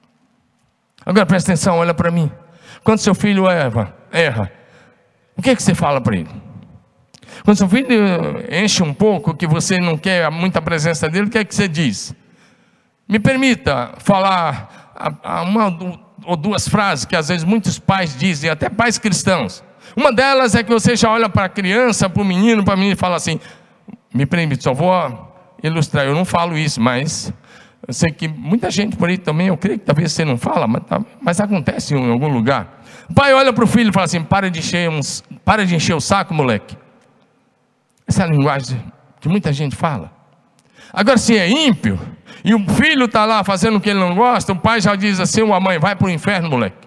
S1: Agora presta atenção, olha para mim. Quando seu filho erra, erra, o que é que você fala para ele? Quando seu filho enche um pouco, que você não quer muita presença dele, o que é que você diz? Me permita falar uma ou duas frases que às vezes muitos pais dizem, até pais cristãos. Uma delas é que você já olha para a criança, para o menino, para a menina e fala assim: me permite, só vou ilustrar, eu não falo isso, mas eu sei que muita gente por aí também, eu creio que talvez você não fala, mas, mas acontece em algum lugar. O pai olha para o filho e fala assim: para de encher, uns, para de encher o saco, moleque. Essa é a linguagem que muita gente fala. Agora, se é ímpio, e o filho está lá fazendo o que ele não gosta, o pai já diz assim, uma mãe: vai para o inferno, moleque.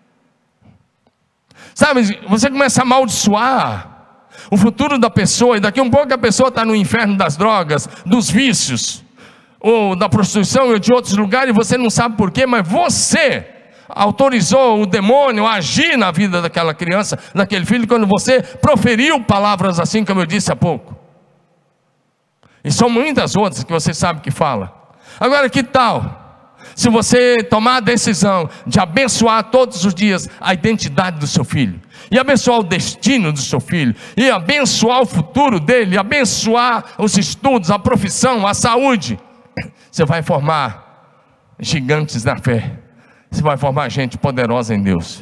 S1: Sabe, você começa a amaldiçoar o futuro da pessoa, e daqui a um pouco a pessoa está no inferno das drogas, dos vícios, ou da prostituição, ou de outros lugares, e você não sabe porquê, mas você autorizou o demônio a agir na vida daquela criança, daquele filho, quando você proferiu palavras assim, como eu disse há pouco. E são muitas outras que você sabe que fala. Agora, que tal se você tomar a decisão de abençoar todos os dias a identidade do seu filho, e abençoar o destino do seu filho, e abençoar o futuro dele, e abençoar os estudos, a profissão, a saúde? Você vai formar gigantes na fé. Você vai formar gente poderosa em Deus.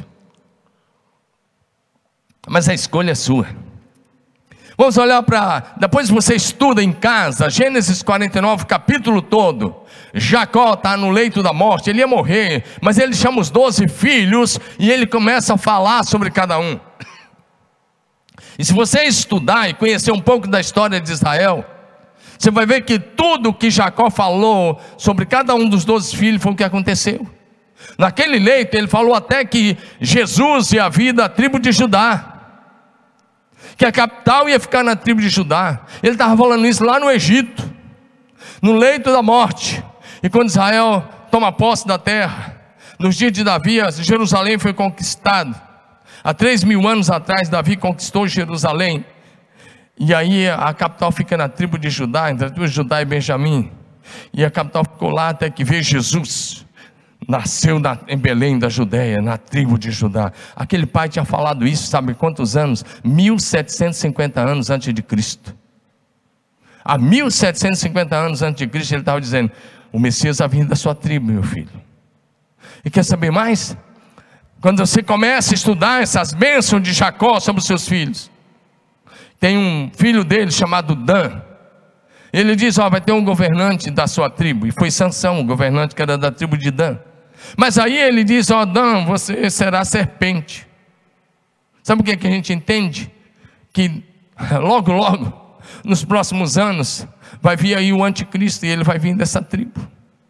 S1: Mas a escolha é sua. Vamos olhar para... Depois você estuda em casa, Gênesis quarenta e nove, capítulo todo. Jacó está no leito da morte, ele ia morrer, mas ele chama os doze filhos, e ele começa a falar sobre cada um. E se você estudar e conhecer um pouco da história de Israel, você vai ver que tudo que Jacó falou sobre cada um dos doze filhos foi o que aconteceu. Naquele leito ele falou até que Jesus ia vir da tribo de Judá, que a capital ia ficar na tribo de Judá. Ele estava falando isso lá no Egito, no leito da morte. E quando Israel toma posse da terra, nos dias de Davi, Jerusalém foi conquistado. Há três mil anos atrás, Davi conquistou Jerusalém. E aí a capital fica na tribo de Judá, entre a tribo de Judá e Benjamim. E a capital ficou lá até que veio Jesus. Nasceu na, em Belém da Judéia, na tribo de Judá. Aquele pai tinha falado isso, sabe quantos anos? mil setecentos e cinquenta anos antes de Cristo. Há mil setecentos e cinquenta anos antes de Cristo, ele estava dizendo: o Messias vai vir da sua tribo, meu filho. E quer saber mais? Quando você começa a estudar essas bênçãos de Jacó sobre os seus filhos, tem um filho dele chamado Dan. Ele diz: ó, vai ter um governante da sua tribo. E foi Sansão, o governante que era da tribo de Dan. Mas aí ele diz: ó, Dan, você será serpente. Sabe o que, é que a gente entende? Que logo, logo, nos próximos anos, vai vir aí o anticristo, e ele vai vir dessa tribo.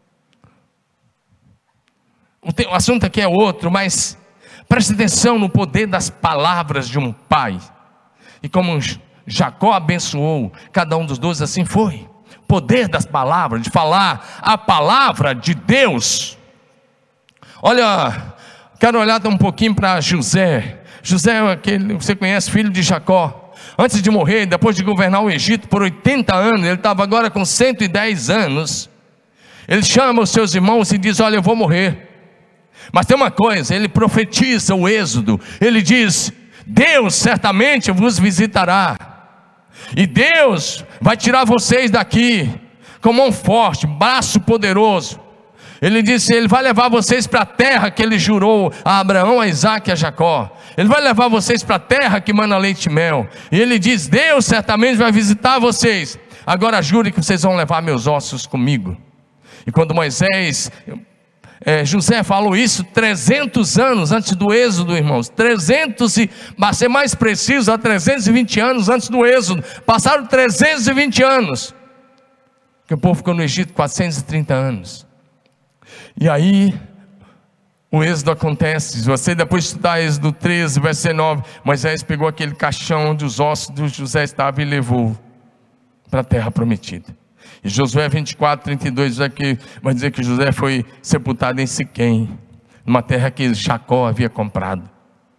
S1: O assunto aqui é outro, mas preste atenção no poder das palavras de um pai. E como Jacó abençoou cada um dos dois, assim foi. Poder das palavras, de falar a palavra de Deus. Olha, quero olhar um pouquinho para José. José é aquele, você conhece, filho de Jacó. Antes de morrer, depois de governar o Egito por oitenta anos, ele estava agora com cento e dez anos. Ele chama os seus irmãos e diz: olha, eu vou morrer. Mas tem uma coisa, ele profetiza o êxodo. Ele diz: Deus certamente vos visitará, e Deus vai tirar vocês daqui com mão forte, braço poderoso. Ele disse: ele vai levar vocês para a terra que ele jurou a Abraão, a Isaque e a Jacó. Ele vai levar vocês para a terra que mana leite e mel. E ele diz: Deus certamente vai visitar vocês. Agora jure que vocês vão levar meus ossos comigo. E quando Moisés, é, José falou isso trezentos anos antes do êxodo, irmãos. trezentos e, para ser mais preciso, há trezentos e vinte anos antes do êxodo. Passaram trezentos e vinte anos, que o povo ficou no Egito quatrocentos e trinta anos. E aí o êxodo acontece. Se você depois estudar Êxodo treze, verso nove, Moisés pegou aquele caixão onde os ossos de José estavam e levou para a terra prometida. E Josué vinte e quatro, trinta e dois vai, que, vai dizer que José foi sepultado em Siquém, numa terra que Jacó havia comprado.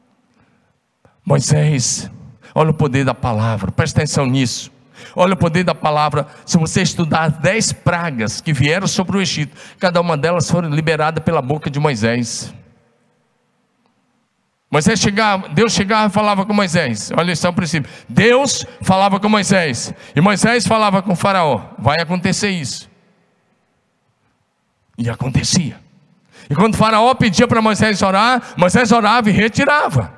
S1: Moisés, olha o poder da palavra, presta atenção nisso. Olha o poder da palavra. Se você estudar as dez pragas que vieram sobre o Egito, cada uma delas foram liberadas pela boca de Moisés. Moisés chegava, Deus chegava e falava com Moisés. Olha, esse é o princípio. Deus falava com Moisés, e Moisés falava com o faraó: vai acontecer isso. E acontecia. E quando o faraó pedia para Moisés orar, Moisés orava e retirava.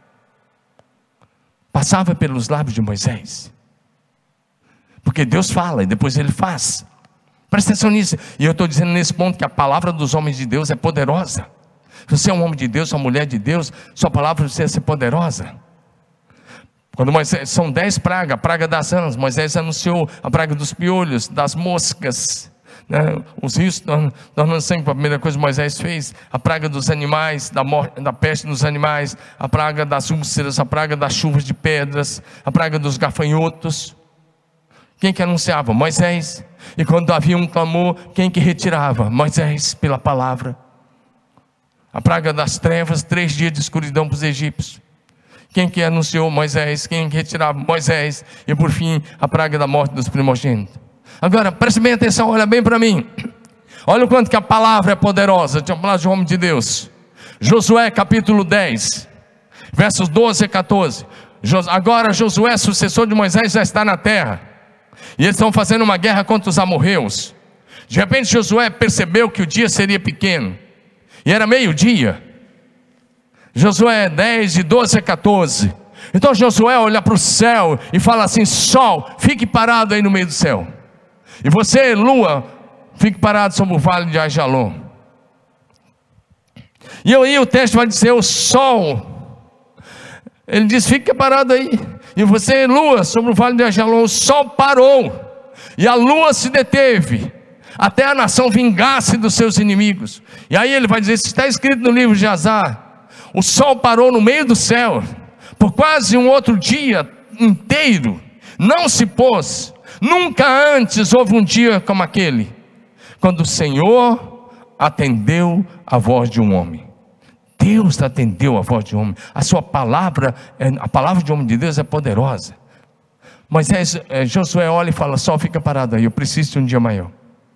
S1: Passava pelos lábios de Moisés. Porque Deus fala e depois Ele faz. Presta atenção nisso. E eu estou dizendo nesse ponto que a palavra dos homens de Deus é poderosa. Se você é um homem de Deus, uma mulher de Deus, sua palavra precisa ser poderosa. Quando Moisés, são dez pragas, a praga das rãs, Moisés anunciou a praga dos piolhos, das moscas, né? Os rios tornando sangue, a primeira coisa que Moisés fez. A praga dos animais, da, morte, da peste nos animais, a praga das úlceras, a praga das chuvas de pedras, a praga dos gafanhotos. Quem que anunciava? Moisés. E quando havia um clamor, quem que retirava? Moisés, pela palavra. A praga das trevas, três dias de escuridão para os egípcios. Quem que anunciou? Moisés. Quem que retirava? Moisés. E por fim, a praga da morte dos primogênitos. Agora, preste bem atenção, olha bem para mim. Olha o quanto que a palavra é poderosa. Tinha palavra de homem de Deus. Josué capítulo dez, versos doze a quatorze. Agora Josué, sucessor de Moisés, já está na terra. E eles estão fazendo uma guerra contra os amorreus. De repente Josué percebeu que o dia seria pequeno. E era meio-dia. Josué dez, de doze a quatorze. Então Josué olha para o céu e fala assim: sol, fique parado aí no meio do céu. E você, lua, fique parado sobre o vale de Ajalon. E aí o texto vai dizer: o sol, ele diz, fique parado aí. E você, lua, sobre o vale de Ajalon. O sol parou, e a lua se deteve, até a nação vingasse dos seus inimigos. E aí ele vai dizer, isso está escrito no livro de Azar: o sol parou no meio do céu, por quase um outro dia inteiro, não se pôs. Nunca antes houve um dia como aquele, quando o Senhor atendeu a voz de um homem. Deus atendeu a voz de homem. A sua palavra, a palavra de homem de Deus é poderosa. Moisés, Josué olha e fala: só fica parado aí, eu preciso de um dia maior.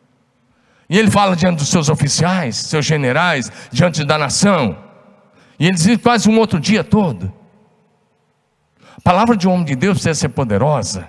S1: E ele fala diante dos seus oficiais, seus generais, diante da nação. E ele diz quase um outro dia todo. A palavra de um homem de Deus precisa ser poderosa.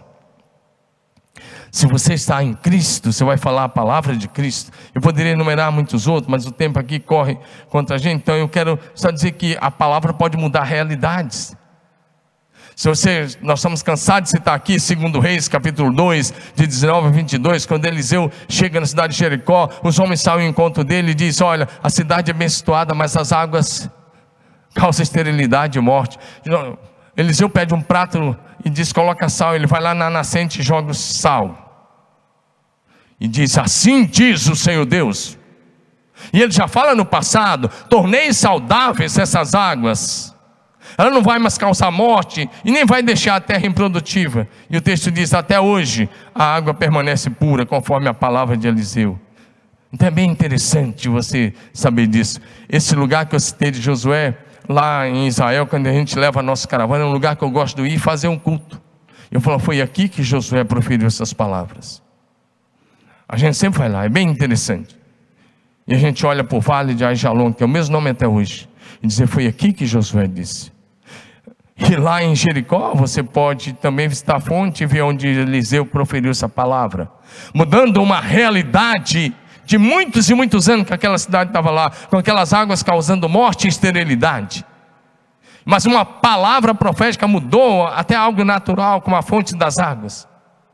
S1: Se você está em Cristo, você vai falar a palavra de Cristo. Eu poderia enumerar muitos outros, mas o tempo aqui corre contra a gente. Então eu quero só dizer que a palavra pode mudar realidades. Se você, nós estamos cansados de citar aqui segundo Reis capítulo dois, de dezenove a vinte e dois, quando Eliseu chega na cidade de Jericó, os homens saem ao encontro dele e dizem: olha, a cidade é bem situada, mas as águas causam esterilidade e morte. Eliseu pede um prato e diz: coloca sal. Ele vai lá na nascente e joga o sal e diz: assim diz o Senhor Deus. E ele já fala no passado: tornei saudáveis essas águas, ela não vai mais causar morte e nem vai deixar a terra improdutiva. E o texto diz: até hoje a água permanece pura, conforme a palavra de Eliseu. Então é bem interessante você saber disso. Esse lugar que eu citei de Josué, lá em Israel, quando a gente leva a nossa caravana, é um lugar que eu gosto de ir fazer um culto. Eu falo: foi aqui que Josué proferiu essas palavras. A gente sempre vai lá, é bem interessante. E a gente olha para o vale de Aijalon, que é o mesmo nome até hoje, e dizer: foi aqui que Josué disse. E lá em Jericó você pode também visitar a fonte e ver onde Eliseu proferiu essa palavra, mudando uma realidade de muitos e muitos anos que aquela cidade estava lá, com aquelas águas causando morte e esterilidade. Mas uma palavra profética mudou até algo natural, como a fonte das águas.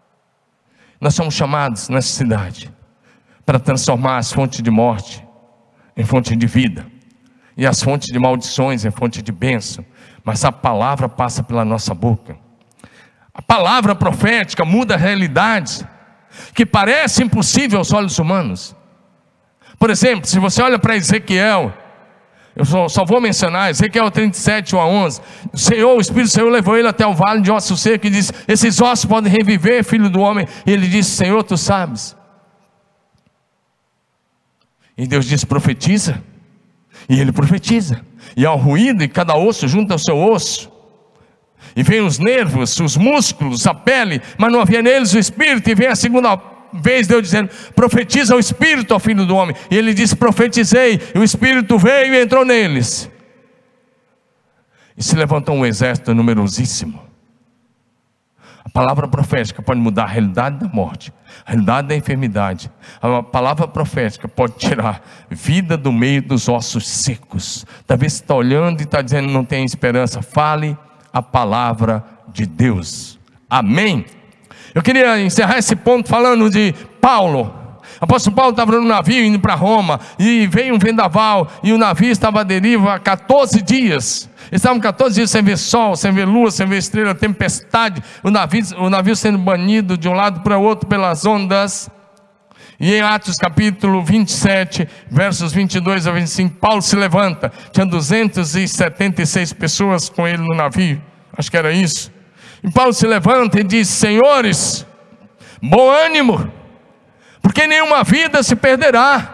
S1: Nós somos chamados nessa cidade para transformar as fontes de morte em fonte de vida, e as fontes de maldições em fonte de bênção. Mas a palavra passa pela nossa boca. A palavra profética muda realidades que parecem impossíveis aos olhos humanos. Por exemplo, se você olha para Ezequiel, eu só, só vou mencionar Ezequiel trinta e sete, um a onze. O Senhor, o Espírito do Senhor levou ele até o vale de ossos secos e disse: esses ossos podem reviver, filho do homem? E ele disse: Senhor, tu sabes. E Deus disse: profetiza. E ele profetiza. E há um ruído, e cada osso junta ao seu osso. E vem os nervos, os músculos, a pele, mas não havia neles o Espírito. E vem a segunda vez Deus dizendo: profetiza o Espírito ao filho do homem. E ele disse: profetizei. E o Espírito veio e entrou neles. E se levantou um exército numerosíssimo. A palavra profética pode mudar a realidade da morte, a realidade da enfermidade. A palavra profética pode tirar vida do meio dos ossos secos. Talvez você está olhando e está dizendo: não tem esperança. Fale a palavra de Deus. Amém? Eu queria encerrar esse ponto falando de Paulo. O apóstolo Paulo estava no navio indo para Roma, e veio um vendaval, e o navio estava à deriva há quatorze dias. Eles estavam quatorze dias sem ver sol, sem ver lua, sem ver estrela, tempestade, o navio, o navio sendo banido de um lado para o outro pelas ondas. E em Atos capítulo vinte e sete, versos vinte e dois a vinte e cinco, Paulo se levanta. Tinha duzentas e setenta e seis pessoas com ele no navio, acho que era isso. E Paulo se levanta e diz: senhores, bom ânimo, porque nenhuma vida se perderá.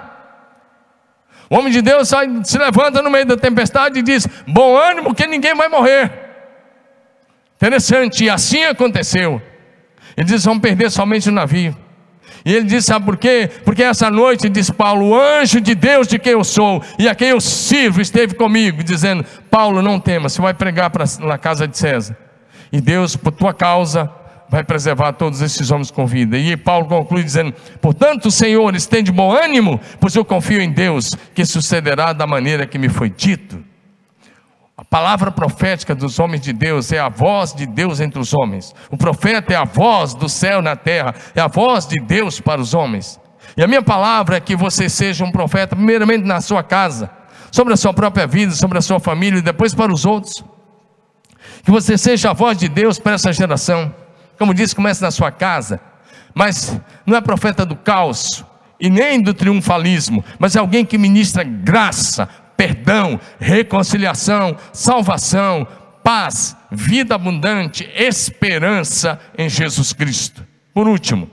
S1: O homem de Deus se levanta no meio da tempestade e diz: bom ânimo, que ninguém vai morrer. Interessante, e assim aconteceu. Ele diz: vamos perder somente o navio. E ele diz: sabe por quê? Porque essa noite, diz Paulo, o anjo de Deus de quem eu sou e a quem eu sirvo esteve comigo, dizendo: Paulo, não temas, você vai pregar para na casa de César, e Deus, por tua causa, vai preservar todos esses homens com vida. E Paulo conclui dizendo: portanto, senhores, tende bom ânimo, pois eu confio em Deus, que sucederá da maneira que me foi dito. A palavra profética dos homens de Deus é a voz de Deus entre os homens. O profeta é a voz do céu na terra, é a voz de Deus para os homens. E a minha palavra é que você seja um profeta, primeiramente na sua casa, sobre a sua própria vida, sobre a sua família, e depois para os outros. Que você seja a voz de Deus para essa geração. Como disse, começa na sua casa, mas não é profeta do caos e nem do triunfalismo, mas é alguém que ministra graça, perdão, reconciliação, salvação, paz, vida abundante, esperança em Jesus Cristo. Por último,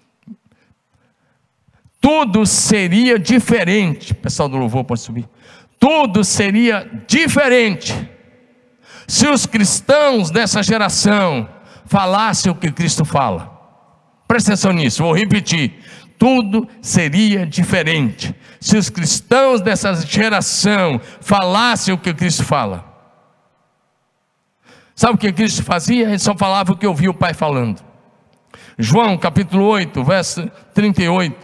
S1: tudo seria diferente. Pessoal do louvor pode subir. tudo seria diferente se os cristãos dessa geração falassem o que Cristo fala. Presta atenção nisso, vou repetir. Tudo seria diferente se os cristãos dessa geração falassem o que Cristo fala. Sabe o que Cristo fazia? Ele só falava o que ouvia o Pai falando. João capítulo oito, verso trinta e oito.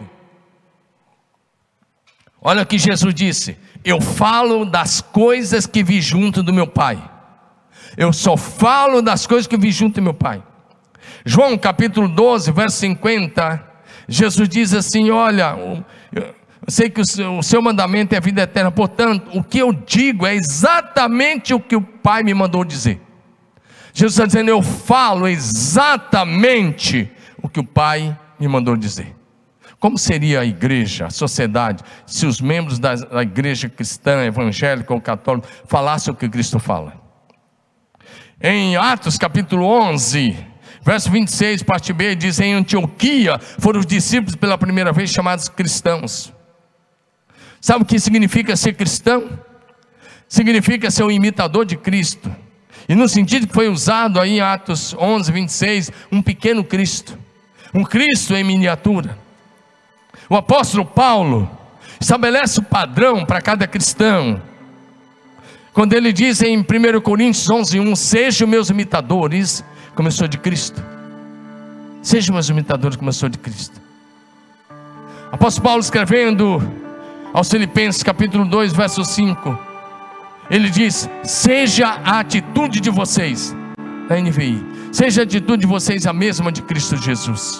S1: Olha o que Jesus disse: eu falo das coisas que vi junto do meu Pai. Eu só falo das coisas que vi junto do meu Pai. João capítulo doze, verso cinquenta. Jesus diz assim: olha, eu sei que o seu, o seu mandamento é a vida eterna, portanto, o que eu digo é exatamente o que o Pai me mandou dizer. Jesus está dizendo: eu falo exatamente o que o Pai me mandou dizer. Como seria a igreja, a sociedade, se os membros da, da igreja cristã, evangélica ou católica falassem o que Cristo fala? Em Atos capítulo onze, verso vinte e seis, parte B, diz: em Antioquia foram os discípulos pela primeira vez chamados cristãos. Sabe o que significa ser cristão? Significa ser um imitador de Cristo. E no sentido que foi usado aí em Atos onze, vinte e seis, um pequeno Cristo, um Cristo em miniatura. O apóstolo Paulo estabelece o padrão para cada cristão, quando ele diz em primeira Coríntios onze, um: sejam meus imitadores como eu sou de Cristo. Sejam meus imitadores como eu sou de Cristo. Apóstolo Paulo, escrevendo aos Filipenses capítulo dois, verso cinco, ele diz: seja a atitude de vocês, na N V I, seja a atitude de vocês a mesma de Cristo Jesus.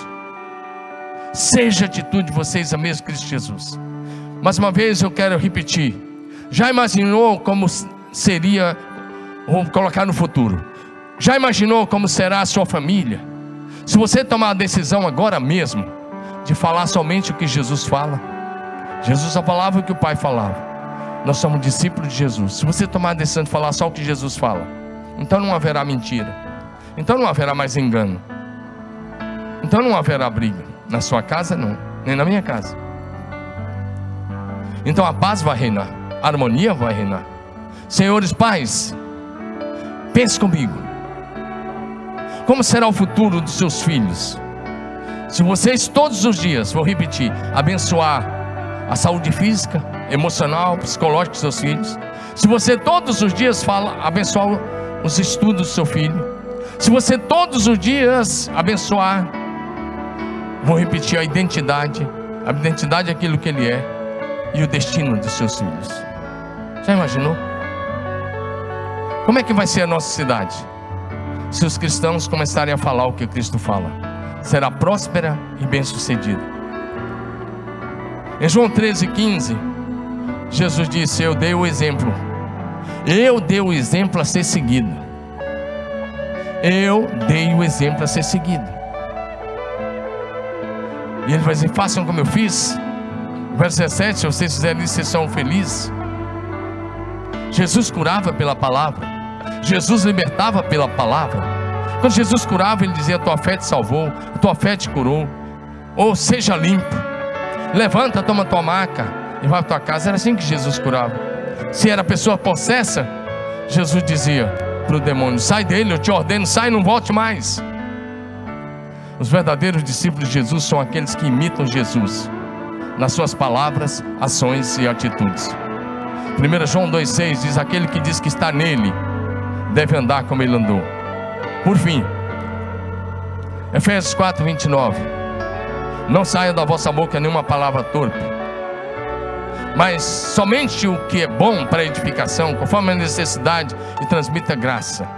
S1: Seja a atitude de vocês a mesma de Cristo Jesus. Mais uma vez eu quero repetir: já imaginou como seria, vou colocar no futuro, já imaginou como será a sua família, se você tomar a decisão agora mesmo, de falar somente o que Jesus fala? Jesus só falava o que o Pai falava. Nós somos discípulos de Jesus. Se você tomar a decisão de falar só o que Jesus fala, então não haverá mentira, então não haverá mais engano, então não haverá briga, na sua casa não, nem na minha casa. Então a paz vai reinar, a harmonia vai reinar. Senhores pais, pense comigo, como será o futuro dos seus filhos, se vocês todos os dias, vou repetir, abençoar a saúde física, emocional, psicológica dos seus filhos. Se você todos os dias fala, abençoar os estudos do seu filho. Se você todos os dias abençoar, vou repetir, a identidade, a identidade é aquilo que ele é, e o destino dos seus filhos. Já imaginou? Como é que vai ser a nossa cidade, se os cristãos começarem a falar o que Cristo fala? Será próspera e bem sucedida. Em João treze, quinze, Jesus disse: eu dei o exemplo, eu dei o exemplo a ser seguido, eu dei o exemplo a ser seguido. E ele vai dizer: façam como eu fiz. Verso dezessete: se vocês fizerem isso, vocês são felizes. Jesus curava pela palavra, Jesus libertava pela palavra. Quando Jesus curava, ele dizia: a tua fé te salvou, a tua fé te curou. Ou seja limpo, levanta, toma tua maca e vai para tua casa. Era assim que Jesus curava. Se era pessoa possessa, Jesus dizia para o demônio: sai dele, eu te ordeno, sai, não volte mais. Os verdadeiros discípulos de Jesus são aqueles que imitam Jesus nas suas palavras, ações e atitudes. primeira João dois, seis diz: aquele que diz que está nele deve andar como ele andou. Por fim, Efésios quatro, vinte e nove: não saia da vossa boca nenhuma palavra torpe, mas somente o que é bom para edificação, conforme a necessidade, e transmita graça.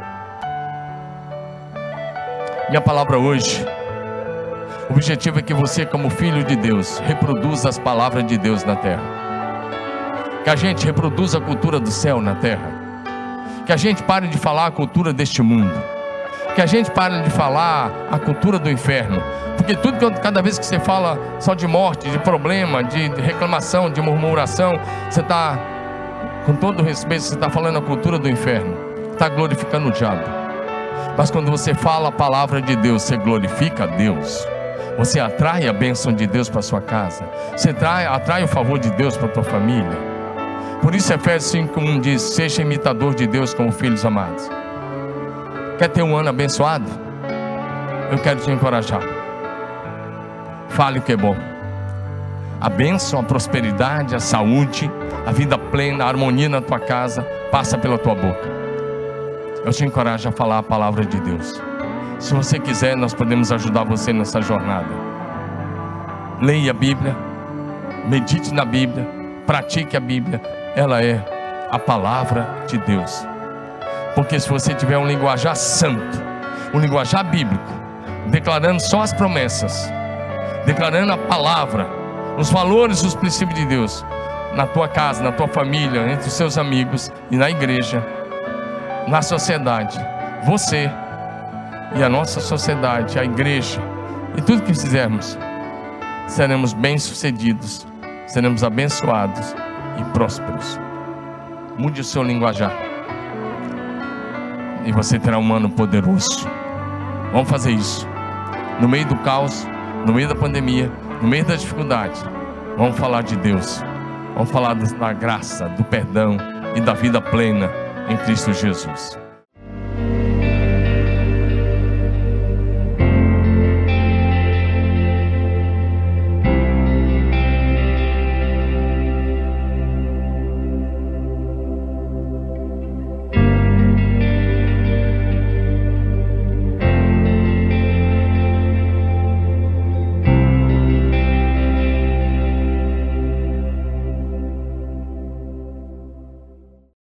S1: Minha palavra hoje, o objetivo é que você, como filho de Deus, reproduza as palavras de Deus na terra. Que a gente reproduza a cultura do céu na terra. Que a gente pare de falar a cultura deste mundo. Que a gente pare de falar a cultura do inferno. Porque tudo que, cada vez que você fala só de morte, de problema, de reclamação, de murmuração, você está, com todo respeito, você está falando a cultura do inferno, está glorificando o diabo. Mas quando você fala a palavra de Deus, você glorifica a Deus. Você atrai a bênção de Deus para sua casa. Você atrai, atrai o favor de Deus para a tua família. Por isso Efésios cinco um diz: seja imitador de Deus como filhos amados. Quer ter um ano abençoado? Eu quero te encorajar. Fale o que é bom. A bênção, a prosperidade, a saúde, a vida plena, a harmonia na tua casa passa pela tua boca. Eu te encorajo a falar a palavra de Deus. Se você quiser, nós podemos ajudar você nessa jornada. Leia a Bíblia, medite na Bíblia, pratique a Bíblia. Ela é a palavra de Deus. Porque se você tiver um linguajar santo, um linguajar bíblico, declarando só as promessas, declarando a palavra, os valores, os princípios de Deus, na tua casa, na tua família, entre os seus amigos e na igreja, na sociedade, você e a nossa sociedade, a igreja, e tudo que fizermos, seremos bem-sucedidos, seremos abençoados e prósperos. Mude o seu linguajar e você terá um ano poderoso. Vamos fazer isso no meio do caos, no meio da pandemia, no meio da dificuldade. Vamos falar de Deus, vamos falar da graça, do perdão e da vida plena em Cristo Jesus.